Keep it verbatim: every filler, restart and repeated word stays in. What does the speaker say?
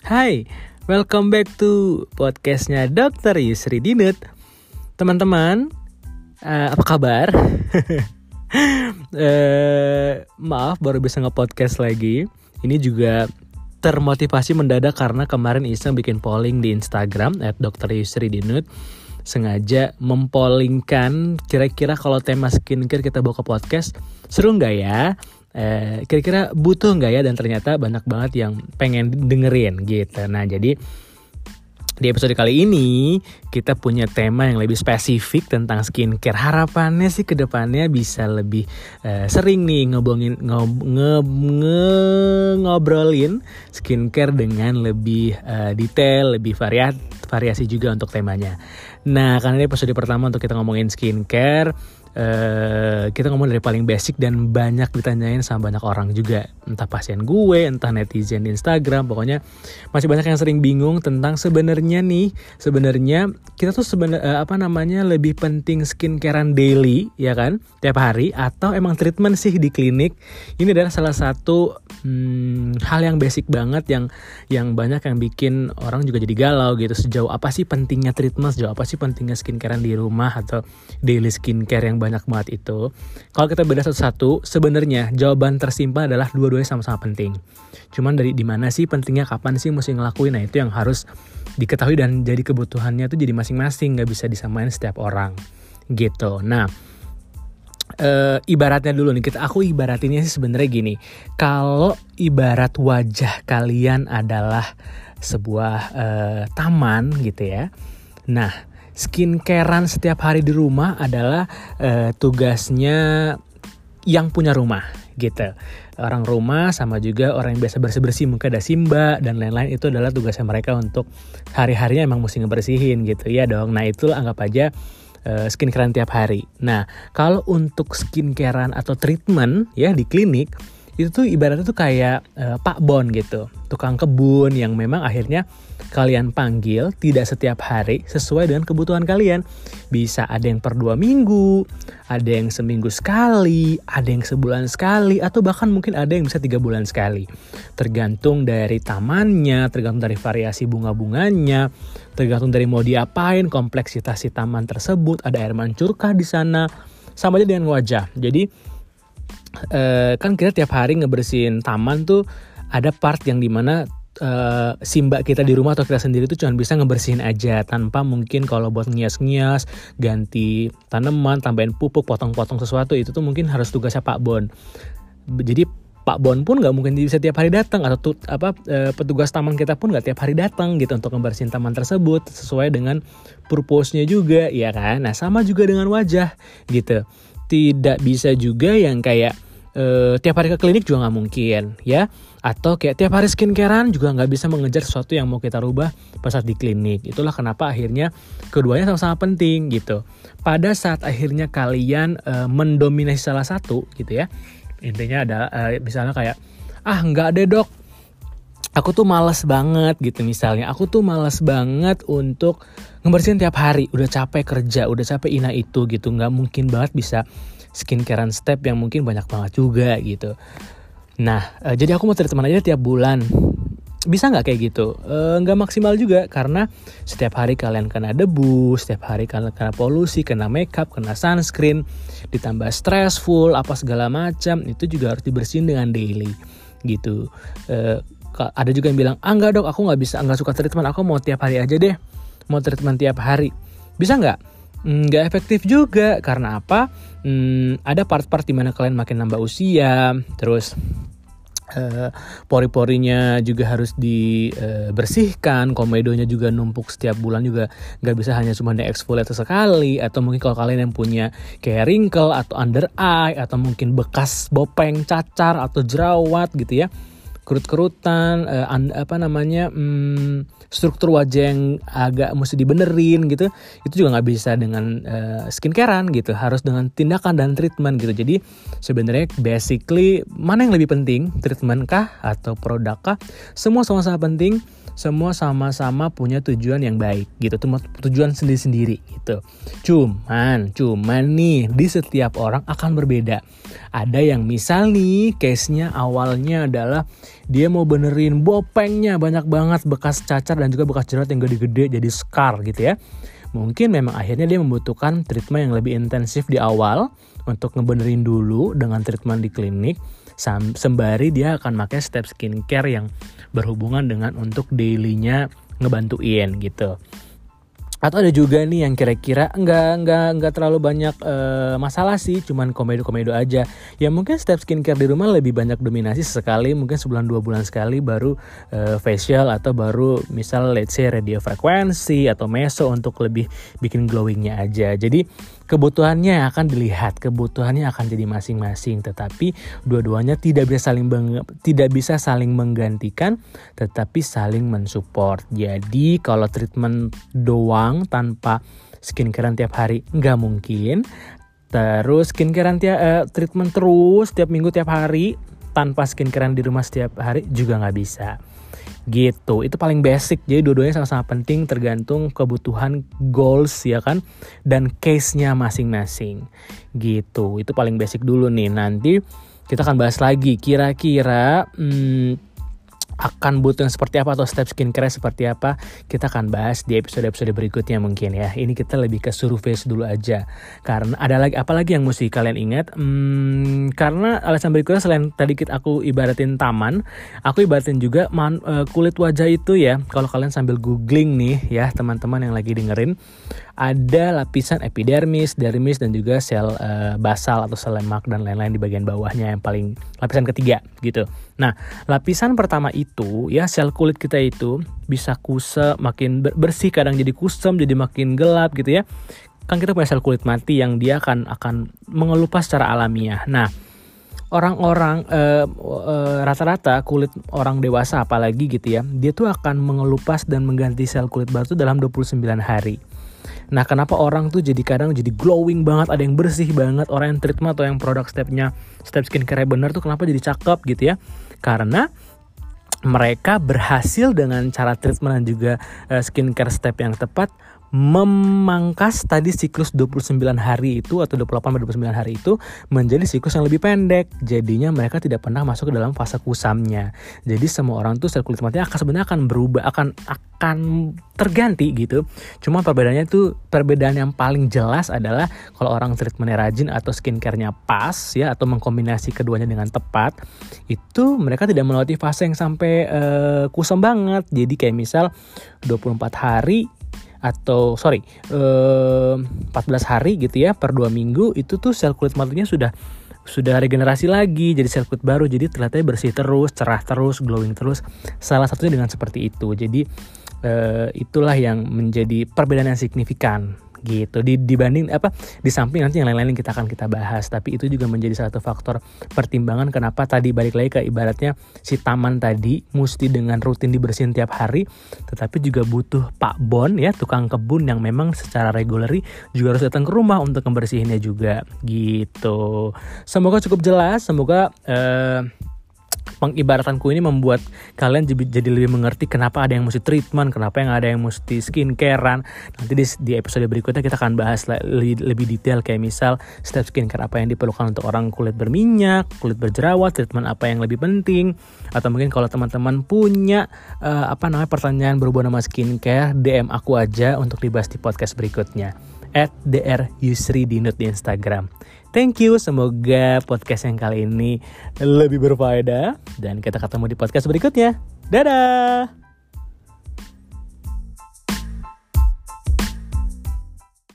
Hai, welcome back to podcastnya dokter Yusri Dinut. Teman-teman, uh, apa kabar? uh, maaf baru bisa nge-podcast lagi. Ini juga termotivasi mendadak karena kemarin iseng bikin polling di Instagram at dokter Yusri Dinut. Sengaja mempollingkan kira-kira kalau tema skincare kita bawa ke podcast seru nggak ya? Eh, kira-kira butuh nggak ya? Dan ternyata banyak banget yang pengen dengerin gitu. Nah jadi di episode kali ini kita punya tema yang lebih spesifik tentang skincare. Harapannya sih ke depannya bisa lebih uh, sering nih ngobongin ngob, nge, nge, ngobrolin skincare dengan lebih uh, detail, lebih variat, variasi juga untuk temanya. Nah karena ini episode pertama untuk kita ngomongin skincare, Uh, kita ngomong dari paling basic dan banyak ditanyain sama banyak orang juga, entah pasien gue, entah netizen di Instagram, pokoknya masih banyak yang sering bingung tentang sebenarnya nih, sebenarnya kita tuh sebenarnya uh, apa namanya lebih penting skincarean daily ya kan, tiap hari, atau emang treatment sih di klinik. Ini adalah salah satu hmm, hal yang basic banget yang yang banyak yang bikin orang juga jadi galau gitu. Sejauh apa sih pentingnya treatment, sejauh apa sih pentingnya skincarean di rumah atau daily skincare yang banyak banget itu. Kalau kita beda satu-satu, sebenarnya jawaban tersimpel adalah dua-duanya sama-sama penting. Cuman dari di mana sih pentingnya, kapan sih mesti ngelakuin, nah itu yang harus diketahui dan jadi kebutuhannya tuh jadi masing-masing, nggak bisa disamain setiap orang gitu. Nah e, ibaratnya dulu nih, kita aku ibaratinnya sih sebenarnya gini. Kalau ibarat wajah kalian adalah sebuah e, taman gitu ya. Nah skincarean setiap hari di rumah adalah uh, tugasnya yang punya rumah gitu. Orang rumah sama juga orang yang biasa bersih-bersih, mungkin ada Simba dan lain-lain, itu adalah tugasnya mereka untuk hari-harinya emang mesti ngebersihin gitu ya dong. Nah itu anggap aja uh, skincarean tiap hari. Nah kalau untuk skincarean atau treatment ya di klinik, itu tuh ibaratnya tuh kayak uh, Pak Bon gitu, tukang kebun yang memang akhirnya kalian panggil tidak setiap hari sesuai dengan kebutuhan kalian. Bisa ada yang per dua minggu, ada yang seminggu sekali, ada yang sebulan sekali, atau bahkan mungkin ada yang bisa tiga bulan sekali. Tergantung dari tamannya, tergantung dari variasi bunga-bunganya, tergantung dari mau diapain, kompleksitas si taman tersebut, ada air mancurkah di sana, sama aja dengan wajah. Jadi Uh, kan kita tiap hari ngebersihin taman tuh ada part yang dimana uh, Simba kita di rumah atau kita sendiri tuh cuma bisa ngebersihin aja, tanpa mungkin kalau buat ngias-ngias, ganti tanaman, tambahin pupuk, potong-potong sesuatu, itu tuh mungkin harus tugasnya Pak Bon. Jadi Pak Bon pun nggak mungkin bisa tiap hari datang, atau tut, apa uh, petugas taman kita pun nggak tiap hari datang gitu untuk ngebersihin taman tersebut sesuai dengan purpose-nya juga ya kan. Nah sama juga dengan wajah gitu. Tidak bisa juga yang kayak uh, tiap hari ke klinik juga nggak mungkin ya, atau kayak tiap hari skincarean juga nggak bisa mengejar sesuatu yang mau kita rubah pas saat di klinik. Itulah kenapa akhirnya keduanya sama-sama penting gitu. Pada saat akhirnya kalian uh, mendominasi salah satu gitu ya, intinya ada uh, misalnya kayak ah nggak deh dok, aku tuh malas banget gitu misalnya. Aku tuh malas banget untuk ngebersihin tiap hari. Udah capek kerja, udah capek ina itu gitu. Nggak mungkin banget bisa skincarean step yang mungkin banyak banget juga gitu. Nah, e, jadi aku mau treatment aja tiap bulan. Bisa nggak kayak gitu? E, nggak maksimal juga, karena setiap hari kalian kena debu, setiap hari kalian kena polusi, kena makeup, kena sunscreen, ditambah stressful, apa segala macam. Itu juga harus dibersihin dengan daily gitu. E, ada juga yang bilang, ah enggak dok, aku nggak bisa, nggak suka treatment, aku mau tiap hari aja deh, mau treatment tiap hari. Bisa nggak? Nggak efektif juga. Karena apa? Hmm, ada part-part dimana kalian makin nambah usia, terus uh, pori-porinya juga harus dibersihkan, uh, komedonya juga numpuk setiap bulan juga, nggak bisa hanya cuma di-exfoliate sekali. Atau mungkin kalau kalian yang punya kayak wrinkle atau under eye, atau mungkin bekas bopeng, cacar atau jerawat gitu ya, kerut-kerutan, uh, an, apa namanya hmm, struktur wajah yang agak mesti dibenerin gitu, itu juga nggak bisa dengan uh, skincarean gitu, harus dengan tindakan dan treatment gitu. Jadi sebenarnya basically mana yang lebih penting, treatment kah atau produk kah? Semua sama-sama penting, semua sama-sama punya tujuan yang baik gitu, tujuan sendiri-sendiri gitu. Cuman, cuman nih di setiap orang akan berbeda. Ada yang misal nih case-nya awalnya adalah dia mau benerin bopengnya banyak banget, bekas cacar dan juga bekas jerawat yang gede-gede jadi scar gitu ya. Mungkin memang akhirnya dia membutuhkan treatment yang lebih intensif di awal untuk ngebenerin dulu dengan treatment di klinik, sembari dia akan pakai step skincare yang berhubungan dengan untuk daily-nya ngebantuin gitu. Atau ada juga nih yang kira-kira enggak enggak enggak terlalu banyak uh, masalah sih, cuman komedo-komedo aja. Ya mungkin step skincare di rumah lebih banyak dominasi sekali, mungkin sebulan dua bulan sekali baru uh, facial atau baru misal let's say radio frekuensi atau meso untuk lebih bikin glowingnya aja. Jadi kebutuhannya akan dilihat, kebutuhannya akan jadi masing-masing, tetapi dua-duanya tidak bisa saling beng- tidak bisa saling menggantikan, tetapi saling mensupport. Jadi kalau treatment doang tanpa skincarean tiap hari nggak mungkin. Terus skincarean tiap uh, treatment terus tiap minggu tiap hari tanpa skincarean di rumah setiap hari juga nggak bisa. Gitu, itu paling basic. Jadi dua-duanya sama-sama penting tergantung kebutuhan goals ya kan, dan case-nya masing-masing. Gitu, itu paling basic dulu nih. Nanti kita akan bahas lagi kira-kira hmm, akan butuh yang seperti apa atau step skincare seperti apa, kita akan bahas di episode-episode berikutnya mungkin ya. Ini kita lebih ke surface dulu aja, karena ada lagi apa lagi yang mesti kalian ingat. Hmm, karena alasan berikutnya selain tadi kita aku ibaratin taman, aku ibaratin juga man, uh, kulit wajah itu ya. Kalau kalian sambil googling nih ya teman-teman yang lagi dengerin, ada lapisan epidermis, dermis dan juga sel uh, basal atau sel lemak dan lain-lain di bagian bawahnya yang paling lapisan ketiga gitu. Nah, lapisan pertama itu ya sel kulit kita itu bisa kusam, makin bersih, kadang jadi kusam, jadi makin gelap gitu ya. Kan kita punya sel kulit mati yang dia akan akan mengelupas secara alamiah. Nah, orang-orang uh, uh, rata-rata kulit orang dewasa apalagi gitu ya, dia tuh akan mengelupas dan mengganti sel kulit baru dalam dua puluh sembilan hari. Nah, kenapa orang tuh jadi kadang jadi glowing banget, ada yang bersih banget, orang yang treatment atau yang produk stepnya step skincare bener tuh kenapa jadi cakep gitu ya? Karena mereka berhasil dengan cara treatment dan juga uh, skincare step yang tepat memangkas tadi siklus dua puluh sembilan hari itu atau dua puluh delapan sampai dua puluh sembilan hari itu menjadi siklus yang lebih pendek. Jadinya mereka tidak pernah masuk ke dalam fase kusamnya. Jadi semua orang tuh sel kulit mati akan sebenarnya akan berubah, akan akan terganti gitu. Cuma perbedaannya itu, perbedaan yang paling jelas adalah kalau orang treatmentnya rajin atau skincare-nya pas ya, atau mengkombinasi keduanya dengan tepat, itu mereka tidak melewati fase yang sampai uh, kusam banget. Jadi kayak misal dua puluh empat hari atau sorry eh, empat belas hari gitu ya per dua minggu itu tuh sel kulit matinya sudah sudah regenerasi lagi jadi sel kulit baru, jadi terlihatnya bersih terus, cerah terus, glowing terus. Salah satunya dengan seperti itu. Jadi eh, itulah yang menjadi perbedaan yang signifikan gitu di dibanding apa di samping nanti yang lain-lain yang kita akan kita bahas. Tapi itu juga menjadi salah satu faktor pertimbangan kenapa tadi balik lagi ke ibaratnya si taman tadi mesti dengan rutin dibersihin tiap hari, tetapi juga butuh Pak Bon ya, tukang kebun yang memang secara reguler juga harus datang ke rumah untuk membersihinnya juga gitu. Semoga cukup jelas, semoga eh, pengibaratanku ini membuat kalian jadi lebih mengerti kenapa ada yang mesti treatment, kenapa yang ada yang mesti skincarean. Nanti di, di episode berikutnya kita akan bahas lebih, lebih detail kayak misal step skincare apa yang diperlukan untuk orang kulit berminyak, kulit berjerawat, treatment apa yang lebih penting. Atau mungkin kalau teman-teman punya uh, apa namanya pertanyaan berhubungan sama skincare, D M aku aja untuk dibahas di podcast berikutnya at d r yusri dinut di Instagram. Thank you, semoga podcast yang kali ini lebih berfaedah dan kita ketemu di podcast berikutnya. Dadah!